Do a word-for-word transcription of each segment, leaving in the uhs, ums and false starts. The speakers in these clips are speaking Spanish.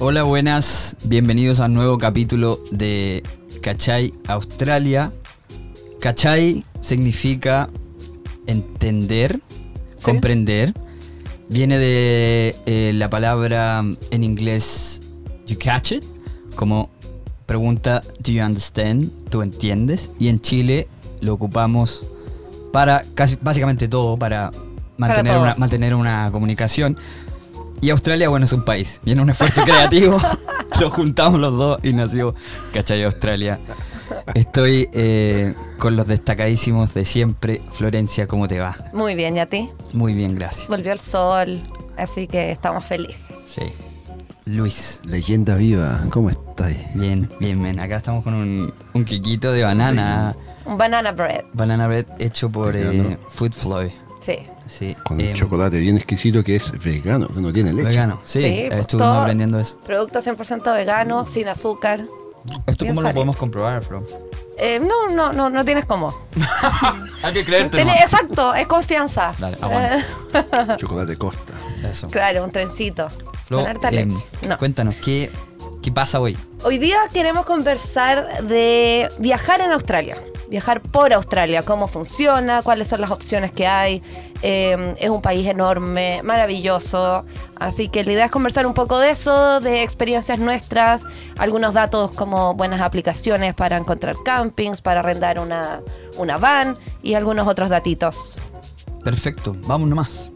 Hola, buenas, bienvenidos a un nuevo capítulo de Cachai Australia. Cachai significa entender, ¿sí? Comprender. Viene de eh, la palabra en inglés you catch it, como pregunta do you understand, tú entiendes. Y en Chile lo ocupamos para casi básicamente todo, para mantener, para una, mantener una comunicación. Y Australia, bueno, es un país. Viene un esfuerzo creativo, lo juntamos los dos y nació Cachai Australia. Estoy eh, con los destacadísimos de siempre. Florencia, ¿cómo te va? Muy bien, ¿y a ti? Muy bien, gracias. Volvió el sol, así que estamos felices. Sí. Luis. Leyenda viva, ¿cómo estáis? Bien, bien, bien. Acá estamos con un, un quiquito de banana. Un banana bread. Banana bread hecho por eh, Food Floy. Sí. Sí. Con eh, un chocolate bien exquisito que es vegano, que no tiene leche. Vegano, sí. Sí, eh, estuvimos aprendiendo eso. Producto cien por ciento vegano, sin azúcar. ¿Esto cómo sale. lo podemos comprobar, Flo? Eh, no, no, no, no tienes cómo. Hay que creerte. Tiene, nomás. exacto, es confianza. Dale, aguanta. Chocolate Costa. Eso. Claro, un trencito. Flo, Con harta eh, leche. No. Cuéntanos, ¿qué, ¿qué pasa hoy? Hoy día queremos conversar de viajar en Australia. Viajar por Australia, cómo funciona, cuáles son las opciones que hay. Eh, es un país enorme, maravilloso. Así que la idea es conversar un poco de eso, de experiencias nuestras, algunos datos como buenas aplicaciones para encontrar campings, para arrendar una, una van y algunos otros datitos. Perfecto, vamos nomás.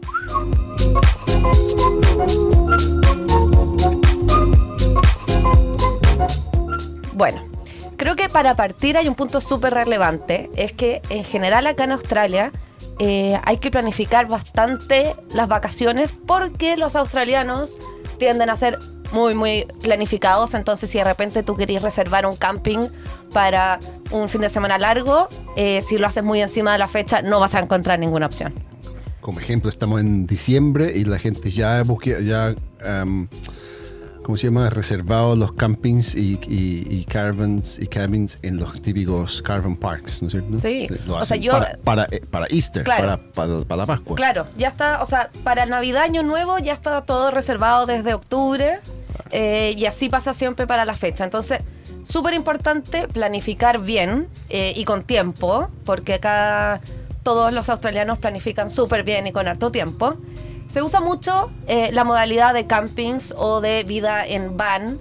Bueno, creo que para partir hay un punto súper relevante, es que en general acá en Australia eh, hay que planificar bastante las vacaciones porque los australianos tienden a ser muy, muy planificados. Entonces, si de repente tú querías reservar un camping para un fin de semana largo, eh, si lo haces muy encima de la fecha, no vas a encontrar ninguna opción. Como ejemplo, estamos en diciembre y la gente ya busca, ya, um, ¿cómo se llama? Reservado los campings y, y, y caravans y cabins en los típicos caravan parks, ¿no es cierto? Sí. Lo O sea, hacen yo- para, para, eh, para Easter, Claro. para, para, para la Pascua. Claro, ya está, o sea, para Navidad, Año Nuevo ya está todo reservado desde octubre eh, y así pasa siempre para la fecha. Entonces, súper importante planificar bien eh, y con tiempo, porque acá todos los australianos planifican súper bien y con harto tiempo. Se usa mucho eh, la modalidad de campings o de vida en van,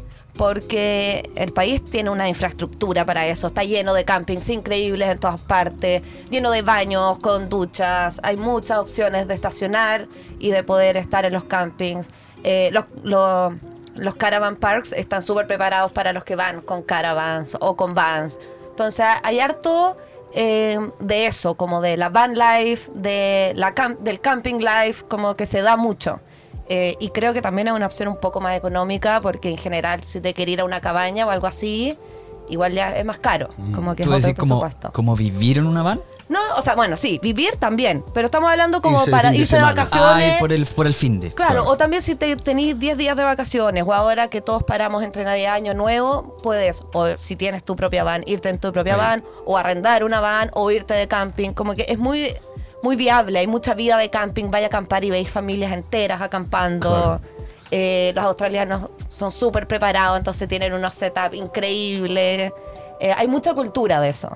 porque el país tiene una infraestructura para eso. Está lleno de campings increíbles en todas partes, lleno de baños con duchas. Hay muchas opciones de estacionar y de poder estar en los campings. Eh, los, los, los caravan parks están súper preparados para los que van con caravans o con vans. Entonces hay harto eh, de eso, como de la van life, de la cam- del camping life, como que se da mucho. Eh, y creo que también es una opción un poco más económica, porque en general si te quieres ir a una cabaña o algo así, igual ya es más caro, como que es ¿Tú otro decís como, presupuesto. como vivir en una van? No, o sea, bueno, sí, vivir también, pero estamos hablando como Irse de para fin de irse de semana. vacaciones. Ay, por el, por el fin de. Claro, Claro. o también si te tenéis diez días de vacaciones, o ahora que todos paramos entre Navidad y Año Nuevo, puedes, o si tienes tu propia van, irte en tu propia van, o arrendar una van, o irte de camping, como que es muy, muy viable, hay mucha vida de camping, vaya a acampar y veis familias enteras acampando. Claro. Eh, los australianos son súper preparados, entonces tienen unos setups increíbles. Eh, hay mucha cultura de eso.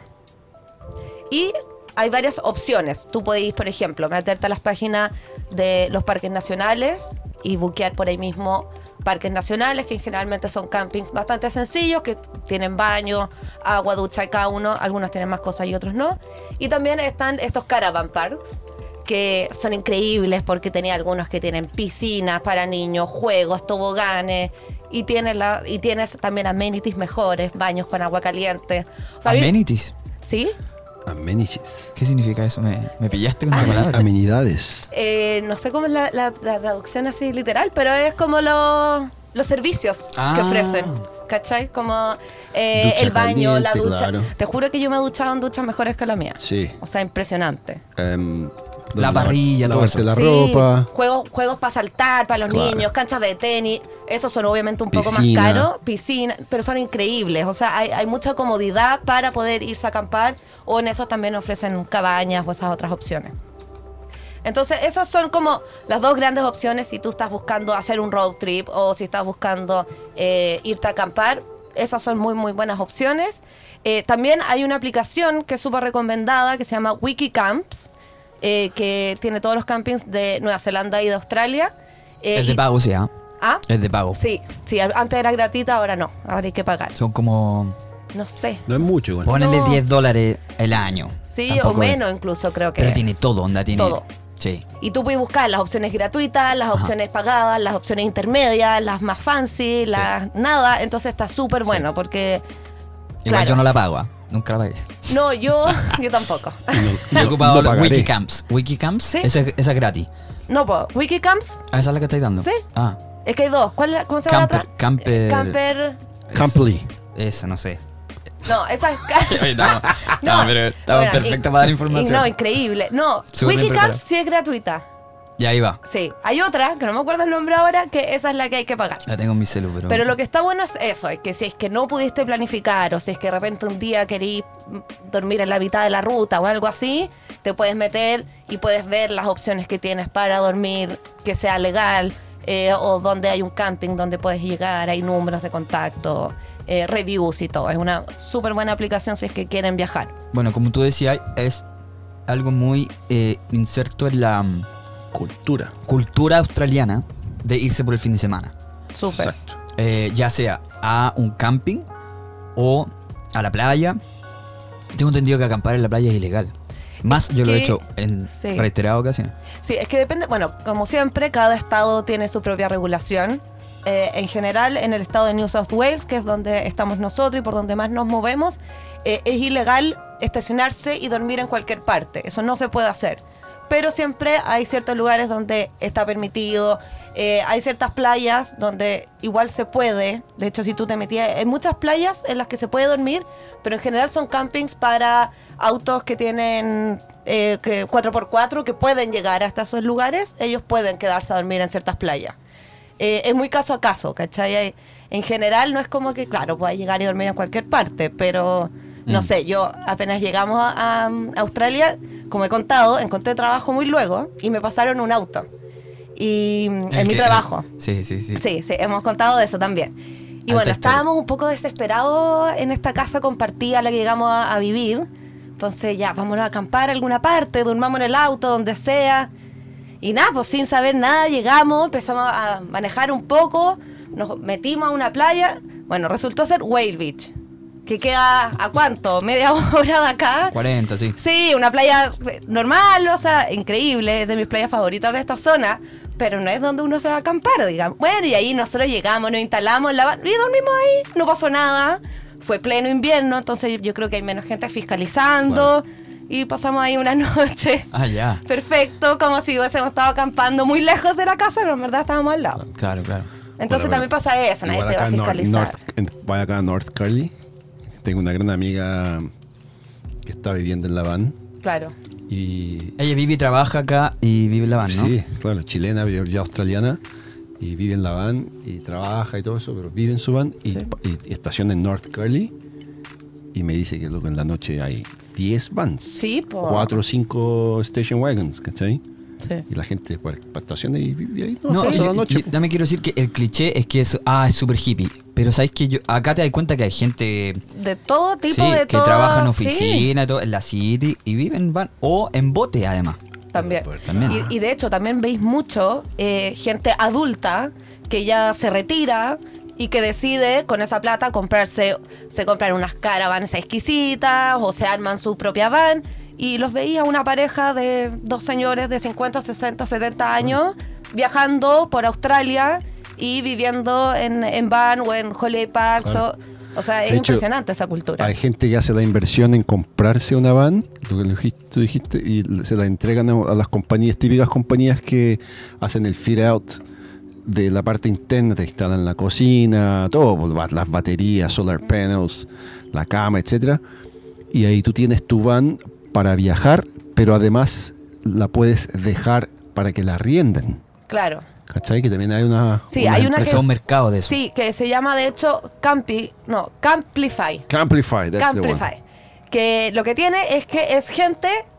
Y hay varias opciones. Tú puedes, por ejemplo, meterte a las páginas de los parques nacionales y buquear por ahí mismo parques nacionales, que generalmente son campings bastante sencillos, que tienen baño, agua, ducha y cada uno. Algunos tienen más cosas y otros no. Y también están estos caravan parks, que son increíbles porque tenía algunos que tienen piscinas para niños, juegos, toboganes, y tienes, la, y tienes también amenities mejores, baños con agua caliente. O sea, Amenities. ¿Sí? Amenities. ¿Qué significa eso? ¿Me, me pillaste con esa palabra? Amenidades. Eh, no sé cómo es la, la- la traducción así literal, pero es como los los servicios Ah. que ofrecen, ¿cachai? Como eh, Ducha el baño, la caliente, ducha. claro. Te juro que yo me he duchado en duchas mejores que la mía. Sí. O sea, impresionante. Um, La parrilla, todo lavarte eso. la Sí, ropa. Juegos, juegos para saltar, para los Claro. niños, canchas de tenis. Esos son obviamente un poco Piscina. más caros. Piscina, pero son increíbles. O sea, hay, hay mucha comodidad para poder irse a acampar. O en esos también ofrecen cabañas o esas otras opciones. Entonces, esas son como las dos grandes opciones si tú estás buscando hacer un road trip o si estás buscando eh, irte a acampar. Esas son muy, muy buenas opciones. Eh, también hay una aplicación que es súper recomendada que se llama Wikicamps, eh, que tiene todos los campings de Nueva Zelanda y de Australia. Eh, Es de y- pago, sí, ¿ah? ¿Ah? Es de pago. Sí, sí, antes era gratuita, ahora no, ahora hay que pagar. Son como... No sé. No es mucho igual. Ponele No. diez dólares el año. Sí, Tampoco o es. menos incluso creo que Pero es. tiene todo, onda, tiene... Todo. Sí. Y tú puedes buscar las opciones gratuitas, las Ajá. opciones pagadas, las opciones intermedias, las más fancy, las nada. Entonces está súper bueno porque... Igual claro. yo no la pago, ¿ah? Nunca la pagué. No, yo, yo tampoco. Yo he ocupado no los pagaré. Wikicamps. Wikicamps, Sí. esa, esa es gratis. No, pues, Wikicamps, Ah, esa es la que estáis dando. Sí. Ah, es que hay dos. ¿Cuál, es la- ¿Cómo se llama Camper- la otra? Camper- Eh, Camper... Camply. esa, no sé. No, esa es... estamos, No, pero estamos bueno, perfectos y- para dar y información. no, increíble. No, Súper bien preparado. Wikicamps sí es gratuita. Y ahí va. Sí, hay otra, que no me acuerdo el nombre ahora, que esa es la que hay que pagar. La tengo en mi celu, pero... Pero lo que está bueno es eso, es que si es que no pudiste planificar o si es que de repente un día querís dormir en la mitad de la ruta o algo así, te puedes meter y puedes ver las opciones que tienes para dormir, que sea legal, eh, o donde hay un camping donde puedes llegar, hay números de contacto, eh, reviews y todo. Es una súper buena aplicación si es que quieren viajar. Bueno, como tú decías, es algo muy eh, inserto en la mm, Cultura. cultura australiana de irse por el fin de semana. Súper. Exacto. Eh, ya sea a un camping o a la playa. Tengo entendido que acampar en la playa es ilegal. Más yo lo he que- hecho en sí. reiteradas ocasiones. Sí, es que depende, bueno, como siempre, cada estado tiene su propia regulación. Eh, en general, en el estado de New South Wales, que es donde estamos nosotros y por donde más nos movemos, eh, es ilegal estacionarse y dormir en cualquier parte. Eso no se puede hacer. Pero siempre hay ciertos lugares donde está permitido. Eh, hay ciertas playas donde igual se puede. De hecho, si tú te metías, hay muchas playas en las que se puede dormir, pero en general son campings para autos que tienen eh, que cuatro por cuatro que pueden llegar hasta esos lugares. Ellos pueden quedarse a dormir en ciertas playas. Eh, es muy caso a caso, ¿cachai? Hay- En general no es como que, claro, puedes llegar y dormir en cualquier parte, pero no Mm. sé, yo apenas llegamos a, a Australia, como he contado, encontré trabajo muy luego y me pasaron un auto. Y en El mi que- trabajo. Sí, sí, sí. Sí, sí, hemos contado de eso también. Y Alta bueno, historia. estábamos un poco desesperados en esta casa compartida a la que llegamos a, a vivir. Entonces ya, vámonos a acampar a alguna parte, durmamos en el auto, donde sea. Y nada, pues sin saber nada, llegamos, empezamos a manejar un poco, nos metimos a una playa. Bueno, resultó ser Whale Beach, que queda ¿a cuánto? ¿Media hora de acá? cuarenta, sí. Sí, una playa normal, o sea, increíble, es de mis playas favoritas de esta zona, pero no es donde uno se va a acampar, digamos. Bueno, y ahí nosotros llegamos, nos instalamos en la van y dormimos ahí, no pasó nada. Fue pleno invierno, entonces yo creo que hay menos gente fiscalizando y pasamos ahí una noche. Ah, ya. Perfecto, como si hubiésemos estado acampando muy lejos de la casa, pero en verdad estábamos al lado. Claro, claro. Entonces Bueno, también pasa eso, nadie Igual te va a acá en Nor- fiscalizar. North, en- voy acá a North Curly. Tengo una gran amiga que está viviendo en la van. Claro. Y Ella vive y trabaja acá y vive en la van, ¿no? sí, claro, chilena, pero ya australiana. Y vive en la van y trabaja y todo eso, pero vive en su van y, Sí. y- y estaciona en North Curly. Y me dice que loco, en la noche hay diez vans. Sí, po. cuatro o cinco station wagons, ¿cachai? Sí. Y la gente para, para estaciona y vive ahí. No, pasa yo- la noche. yo también quiero decir que el cliché es que es, ah, es súper hippie. Pero sabes que yo acá te das cuenta que hay gente De todo tipo, sí, de que todo. trabaja en sí. oficina, y todo, en la city y vive en van o en bote además. También. También. Y, y de hecho también veis mucho eh, gente adulta que ya se retira y que decide con esa plata comprarse, se compran unas caravanas exquisitas o se arman su propia van. Y los veía una pareja de dos señores de cincuenta, sesenta, setenta años viajando por Australia y viviendo en, en van o en holiday parks. Claro. O, o sea, es De hecho, impresionante esa cultura. Hay gente que hace la inversión en comprarse una van, lo que dijiste- tú dijiste, y se la entregan a, a las compañías, típicas compañías que hacen el fit out de la parte interna, te instalan la cocina, todo, pues, ba- las baterías, solar panels, la cama, etcétera. Y ahí tú tienes tu van para viajar, pero además la puedes dejar para que la arrienden. Claro. ¿Cachai? Que también hay una... Sí, hay una Es que- un mercado de eso. Sí, que se llama de hecho Campi, no, Camplify. Camplify, that's the one. Camplify. Que lo que tiene es que es gente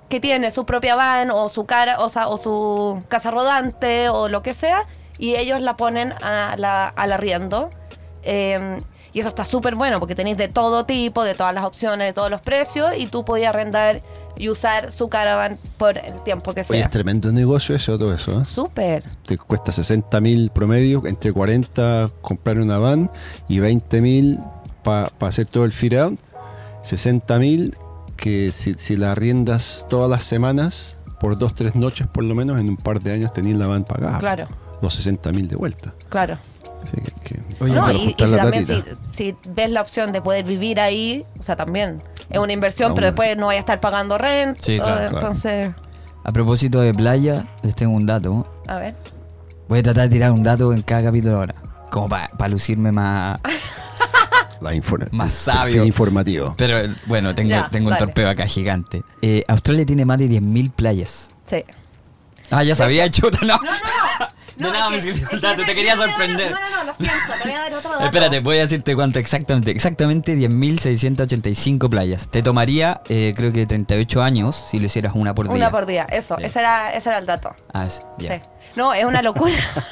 que tiene su propia van o su cara, o, sea, o su casa rodante o lo que sea, y ellos la ponen a la, al arriendo. Eh, y eso está súper bueno porque tenéis de todo tipo, de todas las opciones, de todos los precios, y tú podías arrendar y usar su caravan por el tiempo que sea. Oye, es tremendo negocio eso, todo eso, ¿eh? Súper. Te cuesta sesenta mil promedio, entre cuarenta comprar una van y veinte mil para pa hacer todo el fit out. sesenta mil que si, si la arriendas todas las semanas, por dos, tres noches por lo menos, en un par de años tenías la van pagada. Claro. Los sesenta mil de vuelta. Claro. Así que, que Oye, No, pero y, y ajustar si la también si, platita. si ves la opción de poder vivir ahí, o sea, también es una inversión, Aún pero así. después no vaya a estar pagando rent. Sí, claro, eh, claro. Entonces, A propósito de playa, les tengo un dato. a ver. Voy a tratar de tirar un dato en cada capítulo ahora. Como para lucirme más... La informa- Más el sabio. perfil informativo. Pero bueno, tengo, Ya, tengo un dale. torpeo acá gigante. Eh, Australia tiene más de diez mil playas. Sí. Ah, ya sabía, chuta, no. No, no, no. De nada me es que- sirvió el es que dato, me- te quería me voy a dar- sorprender. No, no, no, lo siento, te voy a dar otro dato. Espérate, voy a decirte cuánto exactamente. Exactamente diez mil seiscientas ochenta y cinco playas. Te tomaría, eh, creo que treinta y ocho años si lo hicieras una por día. Una por día, eso, Sí. ese, era, ese era el dato. Ah, sí, ya. Sí. No, es una locura.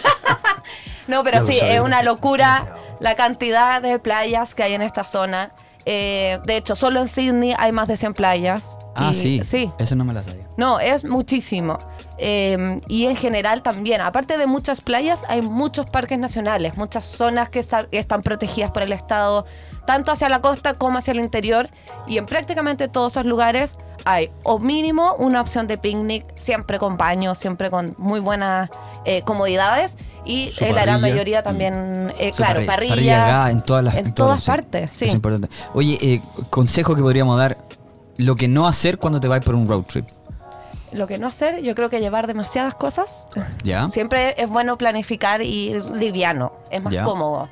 No, pero Ya lo sí, sabía. es una locura la cantidad de playas que hay en esta zona. Eh, de hecho, solo en Sydney hay más de cien playas. Ah, Y- sí. Sí. Eso no me la sabía. No, es muchísimo. Eh, y en general también, aparte de muchas playas, hay muchos parques nacionales, muchas zonas que, sa- que están protegidas por el Estado, tanto hacia la costa como hacia el interior. Y en prácticamente todos esos lugares hay, o mínimo, una opción de picnic, siempre con baños, siempre con muy buenas eh, comodidades. Y Su en la gran parrilla. mayoría también, eh, Su claro, parrilla- parrilla. parrilla acá, en todas las en todos todas los- partes, sí. Es importante. Oye, eh, consejo que podríamos dar: lo que no hacer cuando te vas por un road trip. Lo que no hacer, yo creo que llevar demasiadas cosas. ¿Ya? Siempre es bueno planificar y ir liviano, es más Ya. cómodo.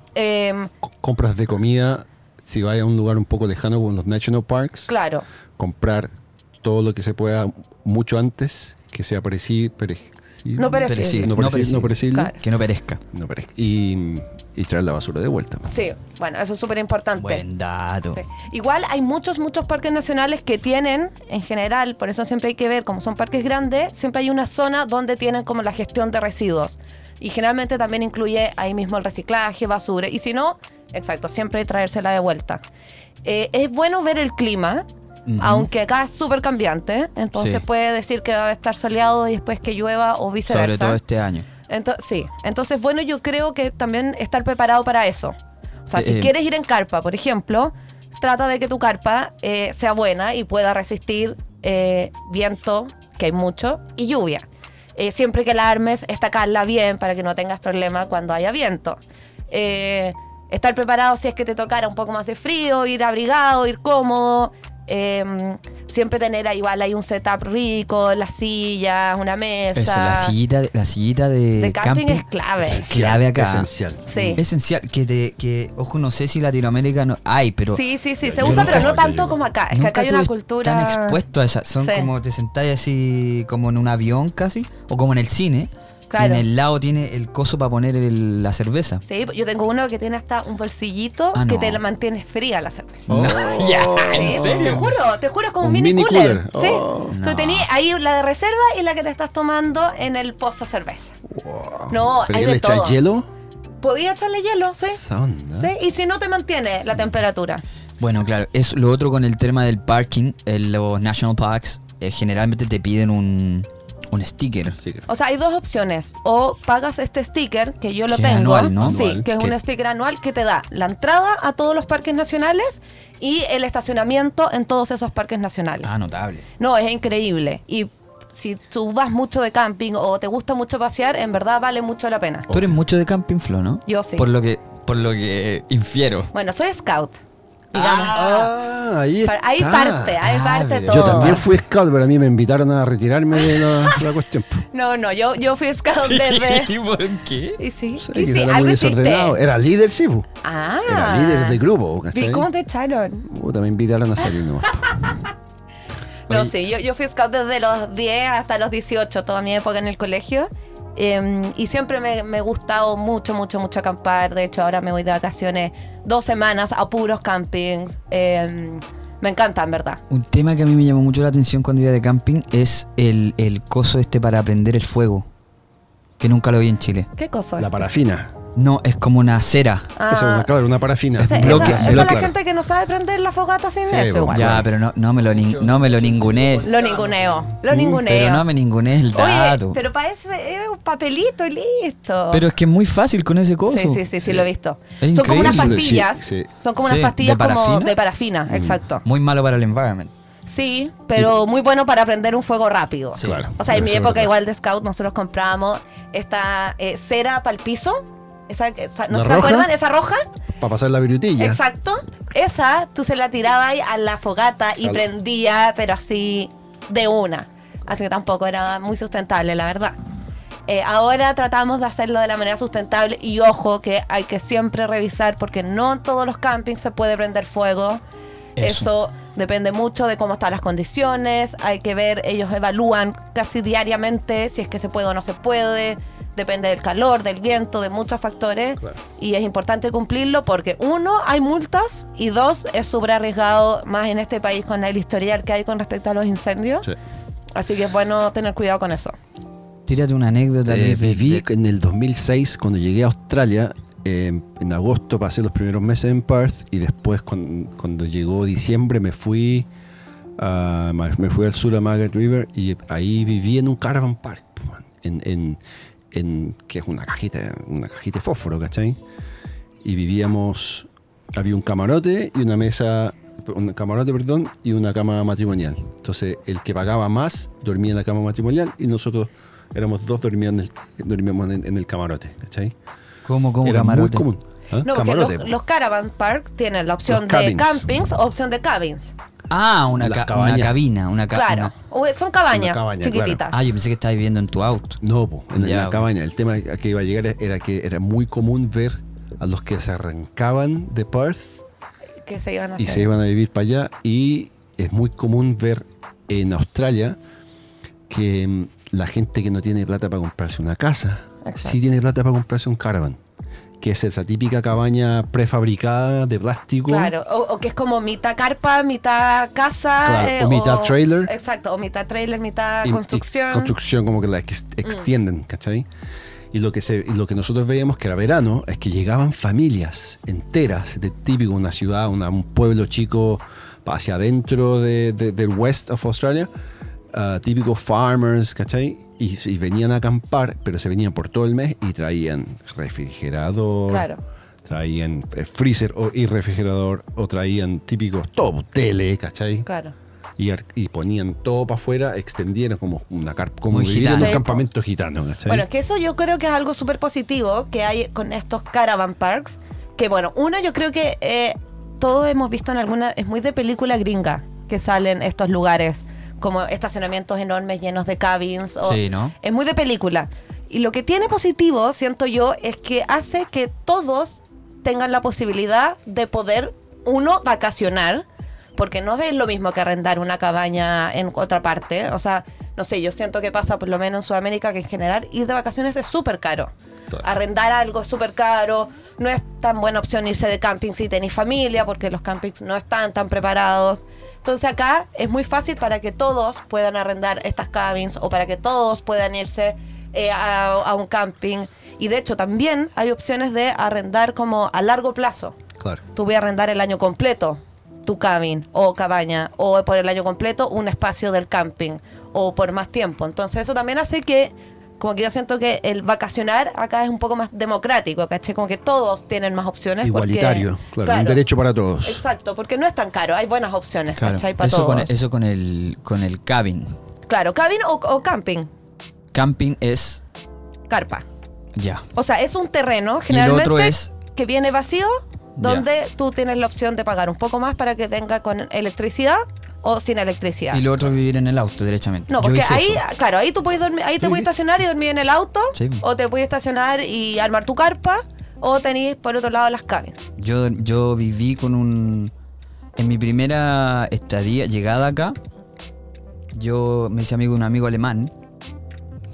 Eh, C- compras de comida, si vas a un lugar un poco lejano como los National Parks, claro, comprar todo lo que se pueda mucho antes, que sea pereci- perecible. No perecible. Perecible. No No perecible. No perecible. Claro. Que no perezca. No perezca. Y, y traer la basura de vuelta. sí, bueno, eso es súper importante. Buen dato. Sí. Igual hay muchos, muchos parques nacionales que tienen, en general, por eso siempre hay que ver, como son parques grandes, siempre hay una zona donde tienen como la gestión de residuos. Y generalmente también incluye ahí mismo el reciclaje, basura. Y si no, exacto, siempre traérsela de vuelta. Eh, es bueno ver el clima, Ujú. aunque acá es súper cambiante. Entonces Sí. puede decir que va a estar soleado y después que llueva o viceversa. Sobre todo este año. Ento- sí, entonces bueno, yo creo que también estar preparado para eso. O sea, Eh, si eh. quieres ir en carpa, por ejemplo, trata de que tu carpa eh, sea buena y pueda resistir eh, viento, que hay mucho, y lluvia. Eh, siempre que la armes, estacarla bien para que no tengas problema cuando haya viento. Eh, estar preparado si es que te tocara un poco más de frío, ir abrigado, ir cómodo. Eh, siempre tener ahí, igual hay un setup rico, las sillas, una mesa. Eso, la sillita, la sillita de, De camping es clave. Es clave acá. Esencial. Sí. Esencial. Que, te, que, ojo, no sé si Latinoamérica no hay, pero Sí, sí, sí, se Yo usa, nunca- pero no yo tanto digo, como acá. Es que nunca acá hay una estuve cultura. tan expuesto a esa. Son Sí. como te sentáis así como en un avión casi, o como en el cine. Claro. Y en el lado tiene el coso para poner el- la cerveza. Sí, yo tengo uno que tiene hasta un bolsillito Ah, que no. te la mantiene fría la cerveza. Oh. Ya, Sí, ¿en serio? Te juro, te juro, es como un, Un mini, mini cooler. cooler. Sí. Oh. Tú No. tenías ahí la de reserva y la que te estás tomando en el poza cerveza. Wow. No, ¿Pero hay qué de le echáis todo. hielo? Podía echarle hielo, sí. Esa onda. Sí, y si no te mantiene la temperatura. Bueno, claro, es lo otro con el tema del parking. En los National Parks eh, generalmente te piden un, un sticker. Sí, que- O sea, hay dos opciones. O pagas este sticker, que yo lo Que es tengo. anual, ¿no? Sí, Anual. que es Que- un sticker anual que te da la entrada a todos los parques nacionales y el estacionamiento en todos esos parques nacionales. Ah, notable. No, es increíble. Y si tú vas mucho de camping o te gusta mucho pasear, en verdad vale mucho la pena. Tú eres mucho de camping, Flo, ¿no? Yo sí. Por lo que, por lo que infiero. Bueno, soy scout, digamos. Ah, ahí está. Pa- Hay parte, hay Ah, parte mira. todo. Yo también fui scout, pero a mí me invitaron a retirarme de la, la cuestión. No, no, yo, yo fui scout desde... ¿Y por qué? Y sí, No sé, y que sí, era algo muy hiciste. desordenado. Era líder, sí, pu. Ah. Era líder de grupo, ¿cachai? ¿Y cómo te echaron? Puta, me invitaron a salir nomás. No, Oye. sí, yo, yo fui scout desde los diez hasta los dieciocho, toda mi época en el colegio. Eh, y siempre me, me ha gustado mucho, mucho, mucho acampar. De hecho, ahora me voy de vacaciones dos semanas a puros campings. Eh, Me encanta, en verdad. Un tema que a mí me llamó mucho la atención cuando iba de camping es el, el coso este para prender el fuego, que nunca lo vi en Chile. ¿Qué cosa? La parafina. No, es como una cera. Ah, Esa es una, claro, una parafina. esa- bloque- esa- es para bloque. la gente que no sabe prender la fogata sin Sí, eso. pues, igual. Ya, claro. pero no, no me lo nin- no me lo ninguneé. Lo ninguneo, lo Mm, ninguneo. Pero no me ninguneé el dato. Oye, pero parece es un papelito y listo. Pero es que es muy fácil con ese coso. Sí, sí, sí, sí, lo he visto. Es Son como unas increíble. pastillas. Sí, sí. Son como Sí, unas pastillas ¿de como parafina? de parafina, exacto. Muy malo para el environment. Sí, pero muy bueno para prender un fuego rápido. Sí. Claro. O sea, en mi Eso es época verdad. igual de scout nosotros comprábamos esta eh, cera para el piso. Esa, esa- ¿No ¿La se roja? acuerdan? Esa roja. Para pasar la virutilla. Exacto. Esa tú se la tirabas ahí a la fogata y Sal- prendía, pero así de una. Así que tampoco era muy sustentable, la verdad. Eh, ahora tratamos de hacerlo de la manera sustentable y ojo que hay que siempre revisar porque no en todos los campings se puede prender fuego. Eso. Eso depende mucho de cómo están las condiciones. Hay que ver, ellos evalúan casi diariamente si es que se puede o no se puede. Depende del calor, del viento, de muchos factores. Claro. Y es importante cumplirlo porque, uno, hay multas y dos, es súper arriesgado más en este país con el historial que hay con respecto a los incendios. Sí. Así que es bueno tener cuidado con eso. Tírate una anécdota. Eh, Luis, de- viví de- en el dos mil seis cuando llegué a Australia. Eh, en agosto pasé los primeros meses en Perth y después cuando, cuando llegó diciembre me fui a, me fui al sur a Margaret River y ahí viví en un caravan park, man, en, en, en que es una cajita, una cajita de fósforo, ¿cachai? Y vivíamos, había un camarote y una mesa, un camarote, perdón, y una cama matrimonial. Entonces el que pagaba más dormía en la cama matrimonial y nosotros éramos dos dormíamos en el, dormíamos en, en el camarote, ¿cachai? ¿Cómo, cómo, Era camarote? muy común. ¿Ah? No, porque Camarote, los, los caravan park tienen la opción Los de cabins. campings o opción de cabins. Ah, una, Las ca- cabañas. una cabina. Una ca- Claro. una- O- Son cabañas Una cabaña, chiquititas. Ah, yo pensé que estabas viviendo en tu auto. No, po, en, en Ya, la ok. cabaña. El tema a que iba a llegar era que era muy común ver a los que se arrancaban de Perth Que se iban a y hacer. se iban a vivir para allá. Y es muy común ver en Australia que mm, la gente que no tiene plata para comprarse una casa, Exacto. sí tiene plata para comprarse un caravan. Que es esa típica cabaña prefabricada de plástico. Claro, o, o que es como mitad carpa, mitad casa. Claro, o mitad trailer. Exacto, o mitad trailer, mitad y- y construcción. construcción, como que la ex- extienden, ¿cachai? Y lo que se, y lo que nosotros veíamos que era verano es que llegaban familias enteras de típico una ciudad, una- un pueblo chico hacia adentro de, de- del West of Australia, uh, típicos farmers, ¿cachai? Y, y venían a acampar, pero se venían por todo el mes y traían refrigerador, Claro. traían eh, freezer o, y refrigerador, o traían típicos todo, tele, ¿cachai? Claro. Y, ar- y ponían todo para afuera, extendieron como una carpa, como Muy vivir en gitano. un Sí, campamento gitano, ¿cachai? Bueno, es que eso yo creo que es algo súper positivo que hay con estos caravan parks. Que bueno, uno yo creo que eh, todos hemos visto en alguna, es muy de película gringa que salen estos lugares, como estacionamientos enormes llenos de cabins. O, Sí, ¿no? Es muy de película. Y lo que tiene positivo, siento yo, es que hace que todos tengan la posibilidad de poder, uno, vacacionar, porque no es lo mismo que arrendar una cabaña en otra parte. O sea, no sé, yo siento que pasa por lo menos en Sudamérica que en general ir de vacaciones es súper caro. Claro. Arrendar algo es súper caro. No es tan buena opción irse de camping si tenés familia, porque los campings no están tan preparados. Entonces acá es muy fácil para que todos puedan arrendar estas cabins o para que todos puedan irse eh, a, a un camping. Y de hecho también hay opciones de arrendar como a largo plazo. Claro. Tú voy a arrendar el año completo tu cabin o cabaña, o por el año completo un espacio del camping, o por más tiempo. Entonces eso también hace que, como que yo siento que el vacacionar acá es un poco más democrático, ¿cachai? Como que todos tienen más opciones. porque- Igualitario, claro, un derecho para todos. Exacto, porque no es tan caro, hay buenas opciones, Claro. ¿cachai? Para Eso con, todos. eso con el con el cabin. Claro, cabin o, o camping, Camping es carpa. ya. O sea, es un terreno Y lo generalmente otro es que viene vacío, donde tú tienes la opción de pagar un poco más para que tenga con electricidad o sin electricidad. y lo otro es vivir en el auto derechamente. No, Yo porque hice ahí, eso. claro, ahí tú puedes dormir, ahí te Sí, puedes sí. estacionar y dormir en el auto, Sí. o te puedes estacionar y armar tu carpa, o tenés por otro lado las cabins. Yo, yo viví con un... En mi primera estadía, llegada acá, yo me hice amigo de un amigo alemán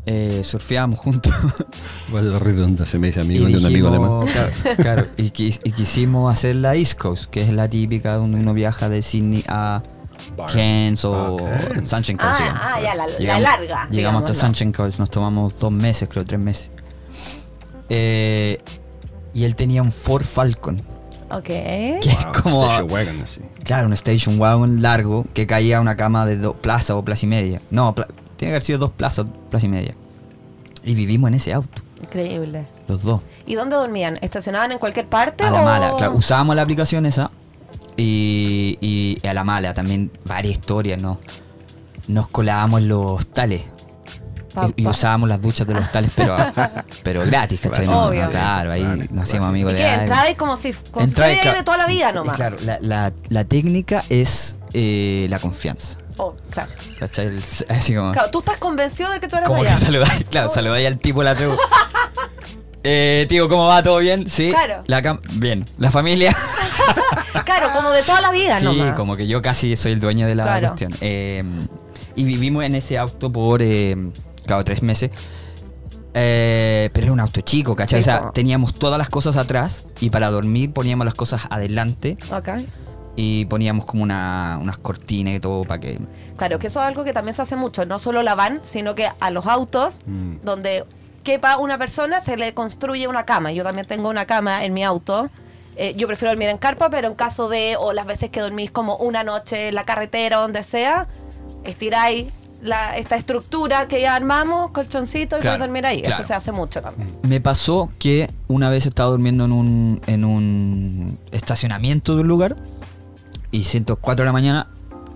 eh, surfeábamos juntos. Vale, la redonda se me dice amigo Y de un amigo alemán. dijimos, claro, claro, y, quis- y quisimos hacer la East Coast, que es la típica donde uno viaja de Sydney a Cairns o Ah, Cairns. Sunshine Coast. Ah, digamos. ah, ya, la, la Llegamos- larga. Llegamos hasta digámoslo. Sunshine Coast, nos tomamos dos meses, creo, tres meses. Eh, y él tenía un Ford Falcon, Ok. que es Wow, como, Station Wagon, así. claro, un station wagon largo que caía a una cama de dos plazas o plaza y media. No, pla- tiene que haber sido dos plazas, plaza y media. Y vivimos en ese auto, Increíble. los dos. ¿Y dónde dormían? ¿Estacionaban en cualquier parte? A la o- mala, claro, usábamos la aplicación esa y, y a la mala también varias historias, ¿no? Nos colábamos en los hostales Pa- y, y pa- usábamos las duchas de los hostales, pero, pero gratis, ¿cachai? No, Obvio. no, claro, ahí Claro, nos hacíamos amigos ¿Y de qué? alguien. Entrabais como si Entraba y construíais claro, de toda la vida y nomás. Claro, la, la, la técnica es eh, la confianza, Oh, claro. ¿cachai? El- así como... Claro, tú estás convencido de que tú eres Como de que allá. saludáis, claro, saludáis al tipo de la tribu. Eh, tío, ¿cómo va? ¿Todo bien? Sí. Claro. La cam- bien. La familia. Claro, como de toda la vida Sí, nomás. como que yo casi soy el dueño de la Claro. cuestión. Eh, y vivimos en ese auto por, eh, claro, tres meses. Eh, pero era un auto chico, ¿cachai? Sí, o sea, po. teníamos todas las cosas atrás y para dormir poníamos las cosas adelante Ok. y poníamos como una, unas cortinas y todo para que... Claro, que eso es algo que también se hace mucho. No solo la van, sino que a los autos, Mm. donde quepa una persona, se le construye una cama. Yo también tengo una cama en mi auto. Eh, yo prefiero dormir en carpa, pero en caso de, o las veces que dormís como una noche en la carretera o donde sea, estiráis la, esta estructura que ya armamos, colchoncito, y Claro, puedes dormir ahí. claro. Eso se hace mucho también. Me pasó que una vez estaba durmiendo en un, en un estacionamiento de un lugar y siento cuatro de la mañana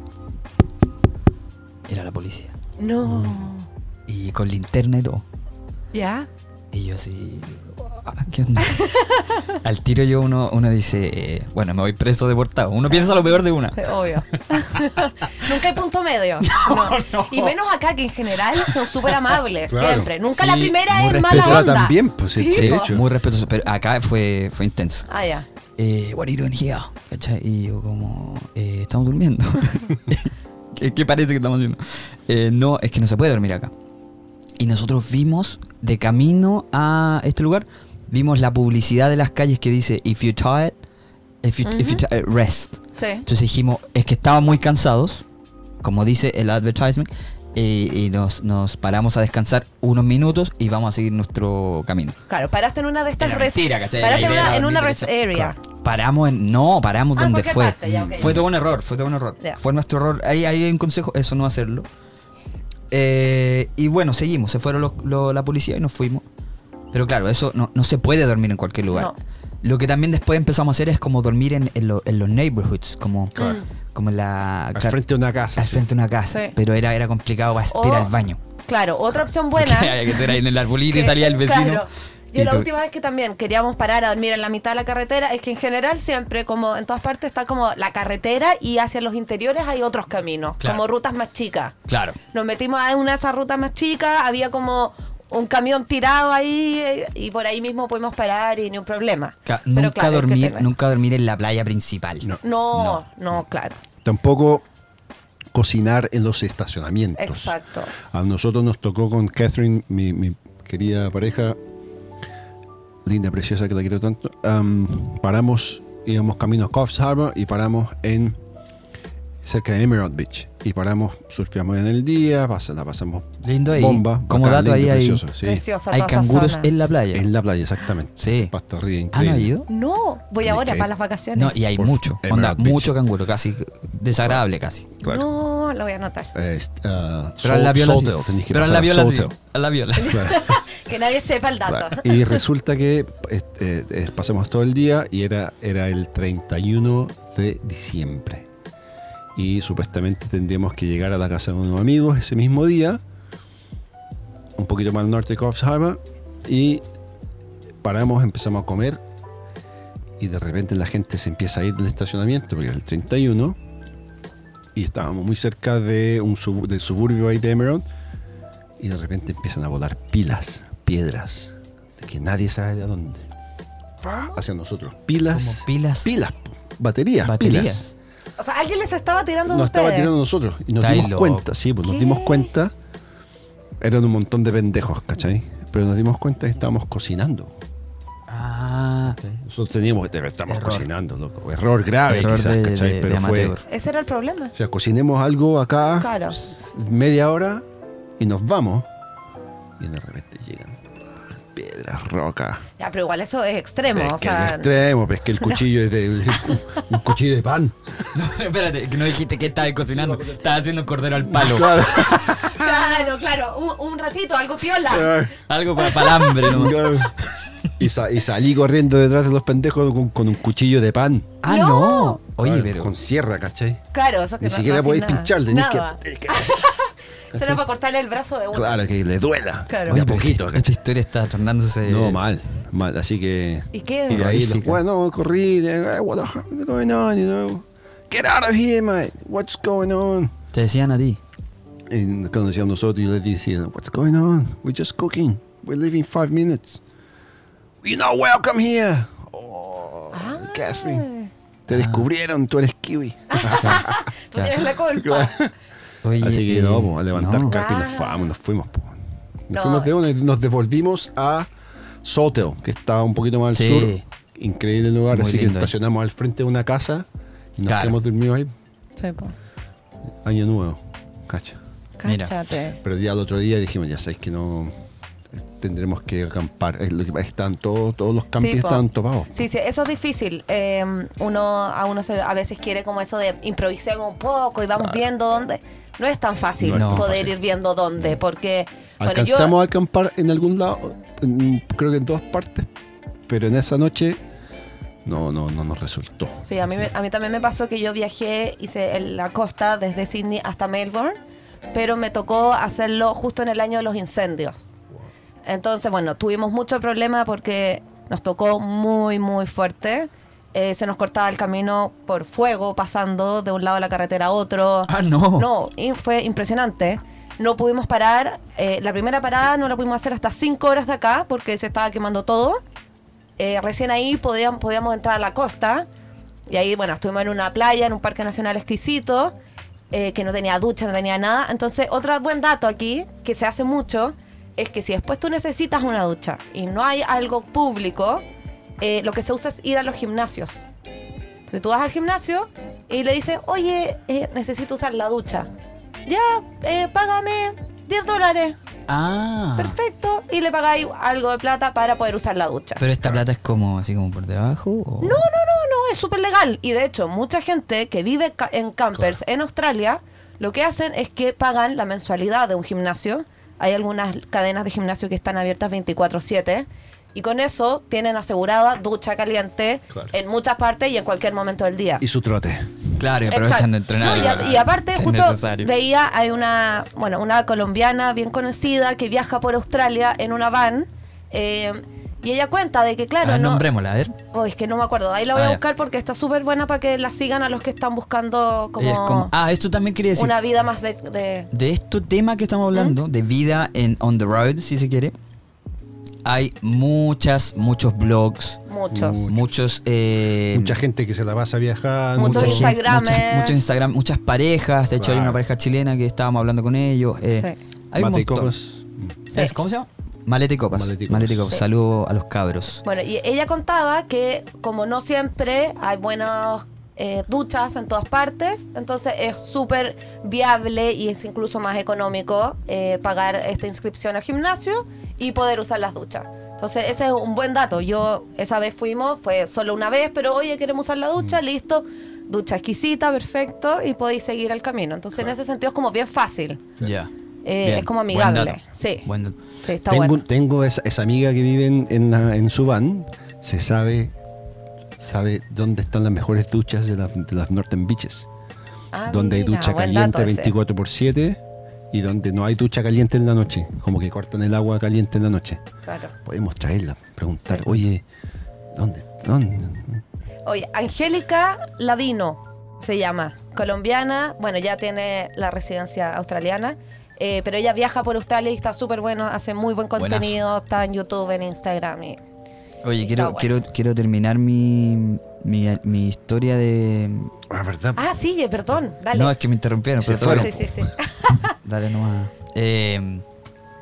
era la policía No. y con linterna y todo. ¿Ya? Y yo así, "Ah, ¿qué onda?" Al tiro yo uno, uno dice, eh, bueno, me voy preso deportado. Uno piensa lo peor de una. Sí, obvio. Nunca hay punto medio. No. Y menos acá, que en general son súper amables, Claro. siempre. Nunca Sí, la primera muy es mala respetuosa onda. también, pues, sí, Sí, de hecho. muy respetuoso, pero acá fue, fue intenso. Ah, ya. Eh, what are you doing here? ¿Cachai? Y yo como, eh, estamos durmiendo. ¿Qué, qué parece que estamos haciendo? Eh, no, es que no se puede dormir acá. Y nosotros vimos, de camino a este lugar, vimos la publicidad de las calles que dice, if you're tired, if you, if you're tired, rest. Sí. Entonces dijimos, es que estaban muy cansados, como dice el advertisement, eh, y nos, nos paramos a descansar unos minutos y vamos a seguir nuestro camino. Claro, paraste en una de estas Era rest- mentira, ¿cachai? Paraste La en idea una, era en una dormir rest derecho. area. Claro. Paramos en. No, paramos Ah, donde cualquier fue. parte, ya, ok. Fue todo un error, fue todo un error. Ya. Fue nuestro error. Ahí, ahí hay un consejo, eso no hacerlo. Eh, y bueno, seguimos. Se fueron los- lo- la policía y nos fuimos. Pero claro, eso no, no se puede dormir en cualquier lugar. No. Lo que también después empezamos a hacer es como dormir en, en, lo- en los neighborhoods, como, Claro. como en la. Al claro, frente de una casa. al sí. frente de una casa. Sí. Pero era, era complicado para O- ir al baño. Claro, otra opción buena. Que, que tú eras en el arbolito y que- salía el vecino. Claro. Yo y la tú- última vez que también queríamos parar a dormir en la mitad de la carretera, es que en general siempre, como en todas partes, está como la carretera y hacia los interiores hay otros caminos, Claro. como rutas más chicas. Claro. Nos metimos a una de esas rutas más chicas, había como un camión tirado ahí eh, y por ahí mismo pudimos parar y ni un problema. Ca- Pero nunca, claro, hay que dormir, tener- nunca dormir en la playa principal. No. No, no, claro. Tampoco cocinar en los estacionamientos. Exacto. A nosotros nos tocó con Catherine, mi, mi querida pareja, linda, preciosa, que la quiero tanto. am, paramos, íbamos camino a Coffs Harbor y paramos en cerca de Emerald Beach. Y paramos, surfeamos en el día, pas- la pasamos Lindo ahí. bomba. Como bacán, dato ahí lindo, hay, precioso, sí. Preciosa hay toda esa canguros zona. en la playa. En la playa, exactamente. Sí. Pasto arriba, ¿Han increíble. oído? No, voy Ni ahora que- para las vacaciones. No, y hay Por- mucho. Onda, Emerald Beach. mucho canguro, casi desagradable casi. Claro. No, lo voy a anotar. Eh, est- ah, Pero en la Sol- viola sí. Saltdale, tenéis que Pero en pasar la a viola sí. Saltdale. A la viola. Claro. Que nadie sepa el dato. Claro. Y resulta que eh, eh, pasamos todo el día y era, era el treinta y uno de diciembre. Y supuestamente tendríamos que llegar a la casa de unos amigos ese mismo día, un poquito más al norte de Coffs Harbor, y paramos, empezamos a comer, y de repente la gente se empieza a ir del estacionamiento, porque era el treinta y uno, y estábamos muy cerca de un sub- del suburbio ahí de Emerald, y de repente empiezan a volar pilas, piedras, de que nadie sabe de dónde, hacia nosotros. Pilas, Como pilas. pilas, baterías, Baterías. pilas. O sea, alguien les estaba tirando de Nos estaba ustedes. tirando a nosotros y nos Estáis dimos loco. cuenta, sí, pues nos ¿Qué? dimos cuenta Eran un montón de pendejos, ¿cachai? Pero nos dimos cuenta que estábamos cocinando. Ah, Nosotros teníamos que estábamos Error. cocinando, loco. Error grave, Error quizás, de- ¿cachai? de- de Pero fue. amateur. Ese era el problema. O sea, cocinemos algo acá, Claro. media hora, y nos vamos. Y de repente llegan ah, piedras, rocas. Ya, pero igual eso es extremo. Es o que sea, el extremo, pues que el cuchillo es de, un cuchillo de pan. no, espérate, que no dijiste que estabas cocinando. Estabas haciendo cordero al palo. Claro. claro, claro. Un, un ratito, algo piola. Algo para palambre, ¿no? Claro. Y, sa- y salí corriendo detrás de los pendejos con, con un cuchillo de pan. Ah, No. no. Oye, Claro, pero. Con sierra, ¿cachai? Claro, eso que Ni no- siquiera no podéis hacen nada. pinchar, tenéis que, Nada. tenéis que. Eso era para cortarle el brazo de uno. Claro, que le duela. Claro. De Oye, a pero poquito, esta, esta ¿cachai? historia está tornándose. No, mal, mal. Así que. ¿Y qué? Y de ahí, los, Terrorífica. bueno, corrí. De, "Hey, what the fuck is going on, you know? Get out of here, man. What's going on? Te decían a ti. Y cuando decíamos nosotros, yo les decía, what's going on? We're just cooking. We're leaving five minutes. You're not welcome here. Oh, Ah. Catherine. Te descubrieron, tú eres kiwi. Tú tienes la culpa. Oye, Así que eh, no, pues, a levantar no. carta y nos Ah. fuimos, nos fuimos. Pues. Nos No. fuimos de una y nos devolvimos a Saltell, que estaba un poquito más al Sí. sur. Increíble lugar, Muy así que lindo ahí. estacionamos al frente de una casa y nos Claro. quedamos dormidos ahí. Sí, po. Año nuevo, cacha. Mira. Cáchate. Pero ya el otro día dijimos, ya sabes que no eh, tendremos que acampar. Es lo que pasa es que están todos, todos los campings Sí, po. están topados. Sí, sí, eso es difícil. Eh, uno a uno se- a veces quiere como eso de improvisar un poco y vamos Claro. viendo dónde. No es tan fácil No es tan poder fácil. ir viendo dónde, porque bueno, yo- Alcanzamos a acampar en algún lado, en- creo que en todas partes, pero en esa noche no, no, no nos resultó. Sí, a mí, me- a mí también me pasó que yo viajé, hice el- la costa desde Sydney hasta Melbourne, pero me tocó hacerlo justo en el año de los incendios. Entonces, bueno, tuvimos mucho problema porque nos tocó muy, muy fuerte. Eh, se nos cortaba el camino por fuego, pasando de un lado de la carretera a otro. Ah, no. No, y fue impresionante. No pudimos parar. eh, la primera parada no la pudimos hacer hasta cinco horas de acá porque se estaba quemando todo. Eh, recién ahí podíamos, podíamos entrar a la costa. Y ahí, bueno, estuvimos en una playa, en un parque nacional exquisito, eh, que no tenía ducha, no tenía nada. Entonces, otro buen dato aquí, que se hace mucho, es que si después tú necesitas una ducha y no hay algo público, eh, lo que se usa es ir a los gimnasios. Entonces tú vas al gimnasio y le dices, oye, eh, necesito usar la ducha. Ya, eh, págame diez dólares. Ah. Perfecto. Y le pagáis algo de plata para poder usar la ducha. Pero esta plata es como así como por debajo. ¿o? No, no, no, no, es súper legal. Y de hecho, mucha gente que vive ca- en campers en Australia, lo que hacen es que pagan la mensualidad de un gimnasio. Hay algunas cadenas de gimnasio que están abiertas veinticuatro siete. Y con eso tienen asegurada ducha caliente Claro. en muchas partes y en cualquier momento del día. Y su trote. Claro, y aprovechan Exacto. de entrenar. No, y, a- y aparte, que es justo necesario. veía, hay una, bueno, una colombiana bien conocida que viaja por Australia en una van. eh, y ella cuenta de que, claro, A ver, no. nombrémosla, a ver. Oh, es que no me acuerdo. Ahí la voy Ah, a ya. buscar porque está súper buena para que la sigan a los que están buscando como, Ella es como- ah, esto también quería decir. una vida más de, de- De este tema que estamos hablando, ¿Mm? de vida en on the road, si se quiere, hay muchas, muchos blogs, muchos. Mucho. muchos... eh, Mucha gente que se la pasa viajando. Muchos mucha gente, Instagramers. muchas, muchos Instagram, muchas parejas. De hecho, hay Claro. una pareja chilena que estábamos hablando con ellos. eh, Sí. hay un Mate y montón. copas. Sí. ¿Sabes ¿Cómo se llama? Maleta y copas. Maleta y copas. Maleta y copas. Sí. Saludo a los cabros. Bueno, y ella contaba que como no siempre hay buenas eh, duchas en todas partes, entonces es súper viable y es incluso más económico eh, pagar esta inscripción al gimnasio y poder usar las duchas. Entonces ese es un buen dato. Yo esa vez fuimos, fue solo una vez, pero oye, queremos usar la ducha, listo. Ducha exquisita, perfecto, y podéis seguir el camino. Entonces en ese sentido es como bien fácil. Ya. Eh, Bien. es como Buen amigable. dato. Sí. Buen dato. Sí, está tengo bueno. tengo esa, esa amiga que vive en, en, la- en su van, se sabe sabe dónde están las mejores duchas de, la- de las Northern Beaches. Ah, Donde hay mira, ducha buen caliente dato ese. veinticuatro por siete y donde no hay ducha caliente en la noche. Como que cortan el agua caliente en la noche. Claro. Podemos traerla, preguntar, Sí. oye, ¿dónde? ¿Dónde? Oye, Angélica Ladino se llama, colombiana, bueno, ya tiene la residencia australiana, eh, pero ella viaja por Australia y está súper bueno, hace muy buen contenido, está en YouTube, en Instagram. Y, Oye, Está quiero, bueno. quiero, quiero terminar mi, mi, mi historia de... Ah, ¿verdad? Ah, sigue, perdón, dale. No, es que me interrumpieron, Se pero sí, bueno, sí, sí. dale nomás. Eh,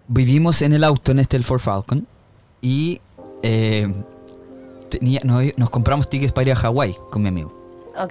vivimos en el auto, en este el Ford Falcon, y eh, tenía, nos, nos compramos tickets para ir a Hawái con mi amigo. Ok.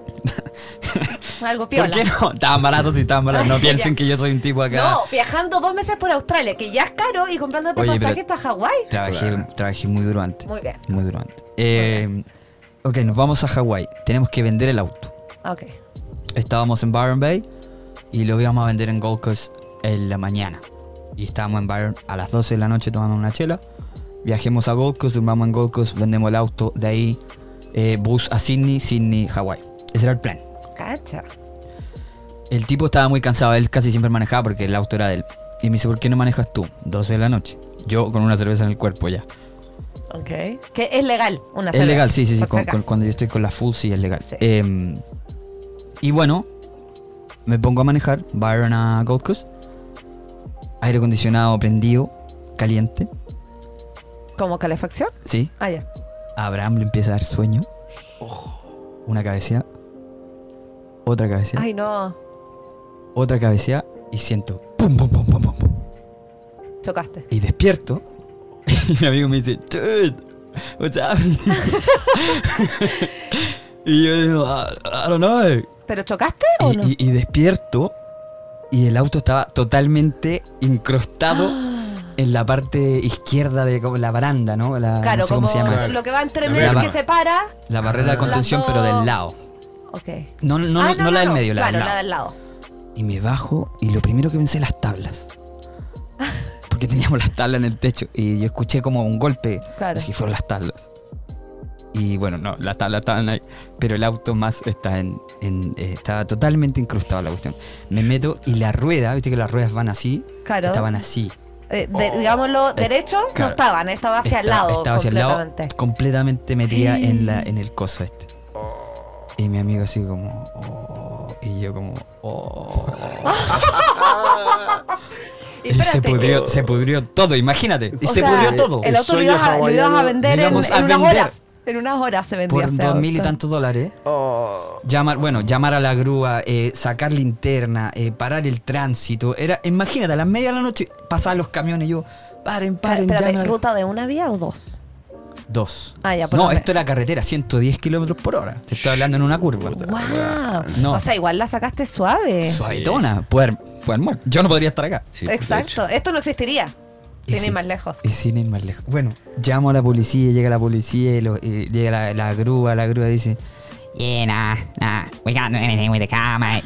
Algo piola. ¿Por qué no? Estaban baratos y estaban baratos. No piensen que yo soy un tipo acá. No, viajando dos meses por Australia, que ya es caro, y comprándote Oye, pasajes para Hawái. Trabajé, Claro. trabajé muy duro antes. Muy bien. Muy duro antes. Eh, ok, nos vamos a Hawái. Tenemos que vender el auto. Ok. Estábamos en Byron Bay y lo íbamos a vender en Gold Coast en la mañana. Y estábamos en Byron a las doce de la noche tomando una chela. Viajemos a Gold Coast, durmamos en Gold Coast, vendemos el auto. De ahí, eh, bus a Sydney, Sydney, Hawái. Ese era el plan. Cacha. El tipo estaba muy cansado, él casi siempre manejaba porque el auto era de él. Y me dice, ¿por qué no manejas tú? doce de la noche. Yo con una cerveza en el cuerpo ya. Ok. Que es legal una Es cerveza, legal, sí, sí, sí. por si Con- acaso. con- cuando yo estoy con la full, sí, es legal. Sí. Eh, y bueno, me pongo a manejar, Byron a Gold Coast. Aire acondicionado prendido, caliente. ¿Como calefacción? Sí. Ah, ya. A Abraham le empieza a dar sueño. Una cabecea. Otra cabecea. Ay, no. Otra cabecea. Y siento pum, pum, pum, pum, pum, pum. Chocaste. Y despierto. Y mi amigo me dice, dude, what's happening? Y yo digo, I, I don't know. ¿Pero chocaste o Y, no? y- y despierto. Y el auto estaba totalmente incrustado en la parte izquierda de como la baranda, ¿no? La, Claro, no sé como cómo se llama Claro. eso. lo que va entre La medio barra. que separa. La barrera de contención, Las pero dos- del lado. Ok. No, no, Ah, no, la del medio, la claro, del lado. la del lado. Y me bajo y lo primero que pensé las tablas. Porque teníamos las tablas en el techo y yo escuché como un golpe. Claro. Así que fueron las tablas. Y bueno, no, las tablas estaban ahí. Pero el auto más está en. en, eh, estaba totalmente incrustado la cuestión. Me meto y la rueda, viste que las ruedas van así. Claro. Estaban así. Eh, de- digámoslo, derecho no claro. estaban, estaba hacia el Estaba- lado. Estaba hacia el lado, completamente. completamente metida en, la, en el coso este. Y mi amigo así como. Oh, y yo como. Oh. Y Y se espérate, pudrió, se pudrió todo, imagínate. Y o se sea, pudrió todo. El auto lo El ibas, a, sueño lo ibas a hawaiano. vender en, Íbamos a en unas vender. horas. En unas horas se vendía Por ese dos mil y auto. tantos dólares. Oh. Llamar, bueno, llamar a la grúa, eh, sacar linterna, eh, parar el tránsito. Era, imagínate, a las media de la noche pasaban los camiones y yo, paren, paren, Espérate, llamen a la- ¿ruta de una vía o dos? Dos. Ah, ya, por No, lo esto era carretera, ciento diez kilómetros por hora. Te estoy hablando en una curva. ¡Wow! No. O sea, igual la sacaste suave. Suavetona. Poder, poder muerto. Yo no podría estar acá. Sí, de Exacto. Esto no existiría. Y Sin sí, ir más lejos. Y sin ir más lejos. Bueno, llamo a la policía, llega la policía, y lo- y llega la, la grúa, la grúa dice, yeah, nah, nah, we can't do anything with the car, mate.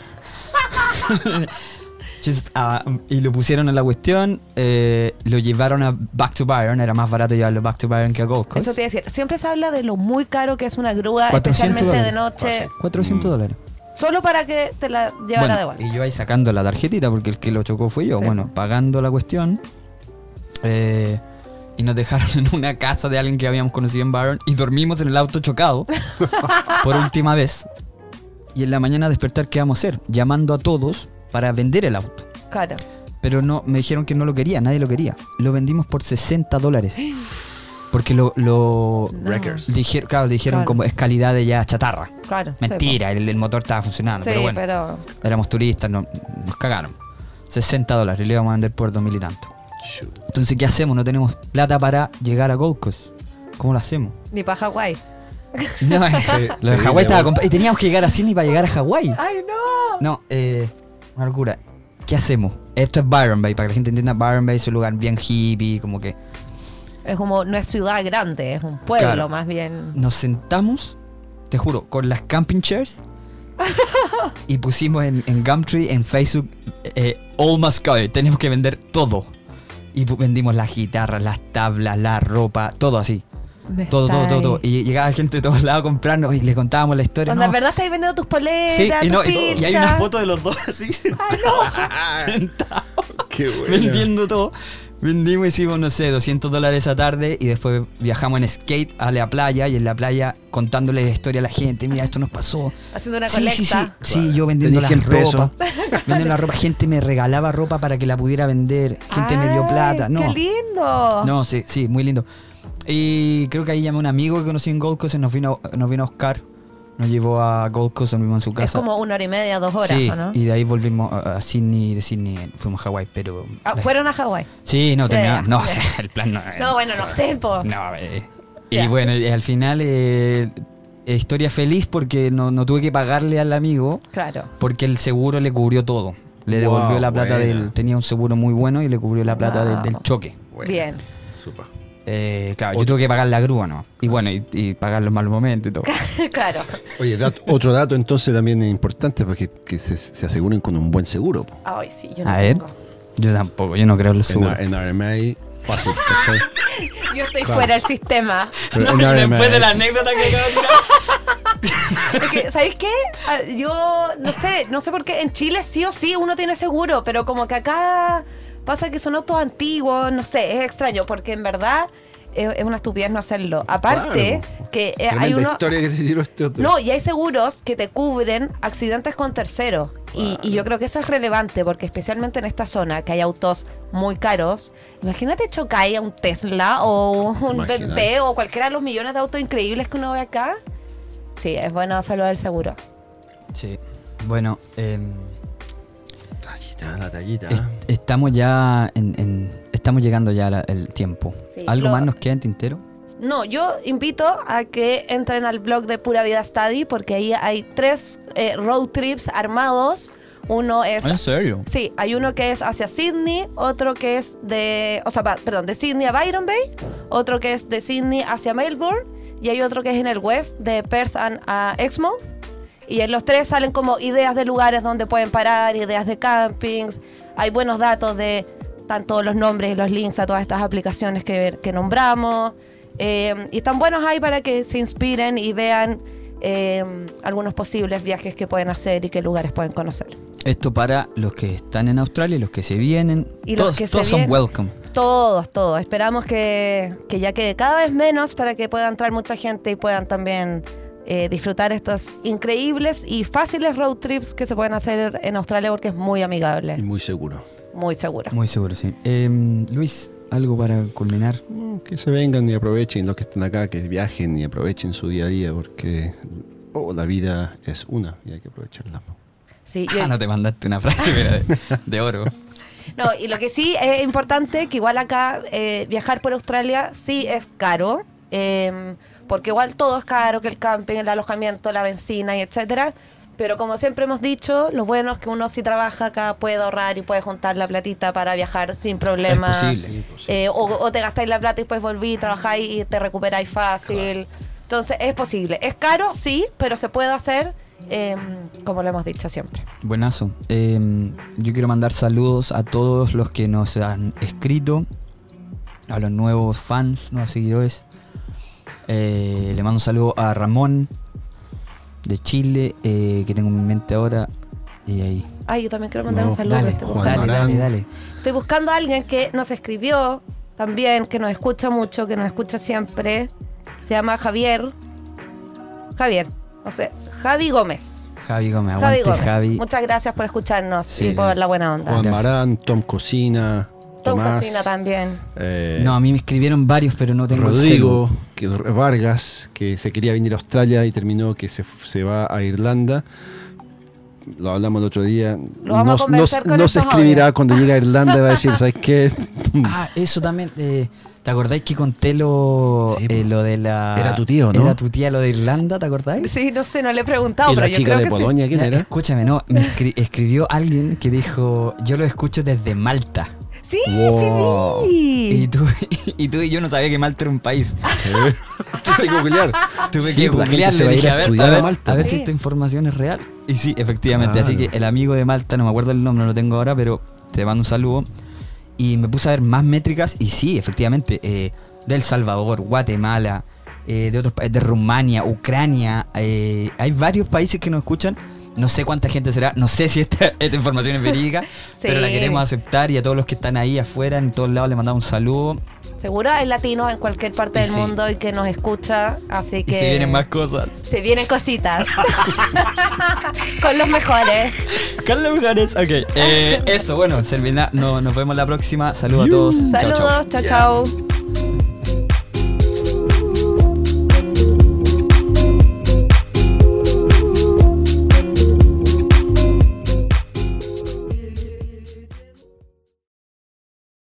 Just, ah, y lo pusieron en la cuestión, eh, lo llevaron a Back to Byron, era más barato llevarlo Back to Byron que a Gold Coast. Eso te iba a decir. Siempre se habla de lo muy caro que es una grúa, cuatrocientos especialmente de dólares. noche, cuatrocientos dólares. solo para que te la llevara de Bueno, vuelta. y yo ahí sacando la tarjetita porque el que lo chocó fue yo. Sí. Bueno, pagando la cuestión. eh, y nos dejaron en una casa de alguien que habíamos conocido en Byron. Y dormimos en el auto chocado. Por última vez. Y en la mañana despertar, ¿qué vamos a hacer? Llamando a todos para vender el auto. Claro. Pero no, me dijeron que no lo quería, nadie lo quería. Lo vendimos por sesenta dólares. Porque lo, lo No. Wreckers. dijeron, claro, dijeron Claro. como es calidad de ya chatarra. Claro. sí, Mentira, el, el motor estaba funcionando. Sí, pero bueno. pero Éramos turistas, no, nos cagaron. sesenta dólares y le íbamos a vender por dos mil y tanto. Shoot. Entonces, ¿qué hacemos? No tenemos plata para llegar a Gold Coast. ¿Cómo lo hacemos? ni para Hawái. No, lo de Sí, Hawái estaba mi amor. compl- y teníamos que llegar a Sydney para llegar a Hawái. ¡Ay, no! No, eh, una locura. ¿Qué hacemos? Esto es Byron Bay, para que la gente entienda, Byron Bay es un lugar bien hippie, como que Es como, no es ciudad grande, es un pueblo Claro. más bien. nos sentamos, te juro, con las camping chairs y pusimos en, en Gumtree, en Facebook, eh, All Must Go, tenemos que vender todo. Y pu- vendimos las guitarras, las tablas, la ropa, todo así. Me Todo, todo, todo, todo. estáis- Y llegaba gente de todos lados a comprarnos y le contábamos la historia. Onda, no. en verdad estáis vendiendo tus poleras, Sí, y, tus no, y, y hay pilchas. una foto de los dos así sentados, Qué bueno. vendiendo todo. Vendimos, hicimos, no sé, doscientos dólares esa tarde y después viajamos en skate a la playa y en la playa contándole la historia a la gente. Mira, esto nos pasó. Haciendo una Sí, colecta. sí, sí. Sí, yo vendiendo la Tenía cien pesos. ropa. Vendiendo la ropa. Gente me regalaba ropa para que la pudiera vender. Gente me dio Ay, plata. No. ¡Qué lindo! No, sí, sí, muy lindo. Y creo que ahí llamé a un amigo que conocí en Gold Coast y nos vino, nos vino a buscar. Nos llevó a Gold Coast, dormimos en su casa. Es como una hora y media, dos horas, sí, ¿o no? y de ahí volvimos a, a Sydney, de Sydney fuimos a Hawái, pero... Ah, la- ¿fueron a Hawái? Sí, no, terminamos. Ya, No, ya. o sea, el plan no... No, bueno, no sé, po. No, eh, y Ya. bueno, y al final, eh, historia feliz porque no, no tuve que pagarle al amigo Claro. porque el seguro le cubrió todo. Le Wow, devolvió la plata buena. del... Tenía un seguro muy bueno y le cubrió la plata Wow. del, del choque. Bueno, Bien. Súper. Eh, claro, yo Otro- tuve que pagar la grúa, ¿no? Y bueno, y, y pagar los malos momentos y todo. Claro. Oye, dat- otro dato entonces también es importante para que, que se, se aseguren con un buen seguro. po. Ay, sí, yo no A ver, tengo. yo tampoco, yo no creo en los En, seguros. R- en R M A, fácil, ¿cachai? Yo estoy Claro. fuera del sistema. Pero en R M A, anécdota que acabo de tirar. Es que, ¿sabéis qué? Ah, Yo no sé, no sé por qué en Chile sí o sí uno tiene seguro, pero como que acá pasa que son autos antiguos, no sé, es extraño, porque en verdad es, es una estupidez no hacerlo. Aparte, Claro. que eh, Tremenda hay uno... historia que te tiró este otro. No, y hay seguros que te cubren accidentes con terceros. Y, y yo creo que eso es relevante porque especialmente en esta zona que hay autos muy caros, imagínate chocáis a un Tesla o un Imagínate. B M W o cualquiera de los millones de autos increíbles que uno ve acá. Sí, es bueno saludar el seguro. Sí, bueno, eh, Tallita, la tallita. est- estamos ya en, en- estamos llegando ya al tiempo. Sí, ¿Algo lo- más nos queda en tintero? No, yo invito a que entren al blog de Pura Vida Study porque ahí hay tres eh, road trips armados. Uno es... ¿En serio? Sí, hay uno que es hacia Sydney, otro que es de, o sea, pa- perdón, de Sydney a Byron Bay, otro que es de Sydney hacia Melbourne y hay otro que es en el west de Perth and- a Exmouth. Y en los tres salen como ideas de lugares donde pueden parar, ideas de campings, hay buenos datos de tanto los nombres y los links a todas estas aplicaciones que, que nombramos. Eh, y están buenos ahí para que se inspiren y vean eh, algunos posibles viajes que pueden hacer y qué lugares pueden conocer. Esto para los que están en Australia y los que se vienen. Y los todos que se todos son vienen. welcome. Todos, todos. Esperamos que, que ya quede cada vez menos para que pueda entrar mucha gente y puedan también eh, disfrutar estos increíbles y fáciles road trips que se pueden hacer en Australia porque es muy Y amigable, muy seguro. muy seguro. Muy seguro, sí. Eh, Luis, algo para culminar. Mm, Que se vengan y aprovechen los que están acá, que viajen y aprovechen su día a día, porque oh, la vida es una y hay que aprovecharla. Sí, y- Ah, no te mandaste una frase mira, de, de oro. no, y lo que sí es importante, que igual acá eh, viajar por Australia sí es caro, eh, porque igual todo es caro, que el camping, el alojamiento, la benzina y etcétera. Pero como siempre hemos dicho, lo bueno es que uno si trabaja acá puede ahorrar y puede juntar la platita para viajar sin problemas. Es posible. Sí, posible. Eh, o, o te gastáis la plata y después volví, trabajáis y te recuperáis fácil. Entonces es posible. Es caro, sí, pero se puede hacer eh, como lo hemos dicho siempre. Buenazo. Eh, yo quiero mandar saludos a todos los que nos han escrito, a los nuevos fans, nuevos seguidores. Eh, le mando un saludo a Ramón de Chile, eh, que tengo en mi mente ahora. Y ahí. Ay, yo también quiero mandar No, un saludo. a Dale, este Juan dale, Marán. dale, dale. Estoy buscando a alguien que nos escribió también, que nos escucha mucho, que nos escucha siempre. Se llama Javier. Javier, no sé, Javi Gómez. Javi Gómez, Javi aguante Gómez. Javi. Muchas gracias por escucharnos Sí. y por la buena onda. Juan Gracias. Marán, Tom Cocina, Tom Tomás, Cocina también. eh, No, a mí me escribieron varios, pero no tengo el Rodrigo, celu. que, Vargas, que se quería venir a Australia y terminó que se, se va a Irlanda. Lo hablamos el otro día. Lo vamos a no convencer no- con no se estos escribirá audios. cuando llegue a Irlanda y va a decir, ¿sabes qué? Ah, eso también. eh, ¿Te acordáis que conté lo, Sí, eh, po. lo de la. Era tu tío, ¿no? Era tu tía lo de Irlanda, ¿te acordáis? Sí, no sé, no le he preguntado, y pero la yo chica creo de que sí. Polonia, ¿quién Ya, era? Escúchame, no, me escri- escribió alguien que dijo, yo lo escucho desde Malta. Sí, Wow. sí, Y vi. tú, y tú y yo no sabía que Malta era un país. Tuve que googlear. Tuve Sí, que pues la gente googlear, se le va a ir dije, a a ver, estudiar a a ver, Malta, a ver pues. si esta información es real. Y sí, efectivamente. Claro. Así que el amigo de Malta, no me acuerdo el nombre, no lo tengo ahora, pero te mando un saludo. Y me puse a ver más métricas y sí, efectivamente, eh, de El Salvador, Guatemala, eh, de otros países, de Rumania, Ucrania, eh, hay varios países que nos escuchan. No sé cuánta gente será, no sé si esta, esta información es verídica, Sí. pero la queremos aceptar y a todos los que están ahí afuera, en todos lados, les mandamos un saludo. Seguro hay latinos en cualquier parte Y del sí. mundo y que nos escucha, así Y que... se vienen más cosas. Se vienen cositas. Con los mejores. Carlos Mujeres, ok. Eh, eso, bueno, Servina, no, nos vemos la próxima. Saludos a todos. Chao, chao. Saludos, chao, chao.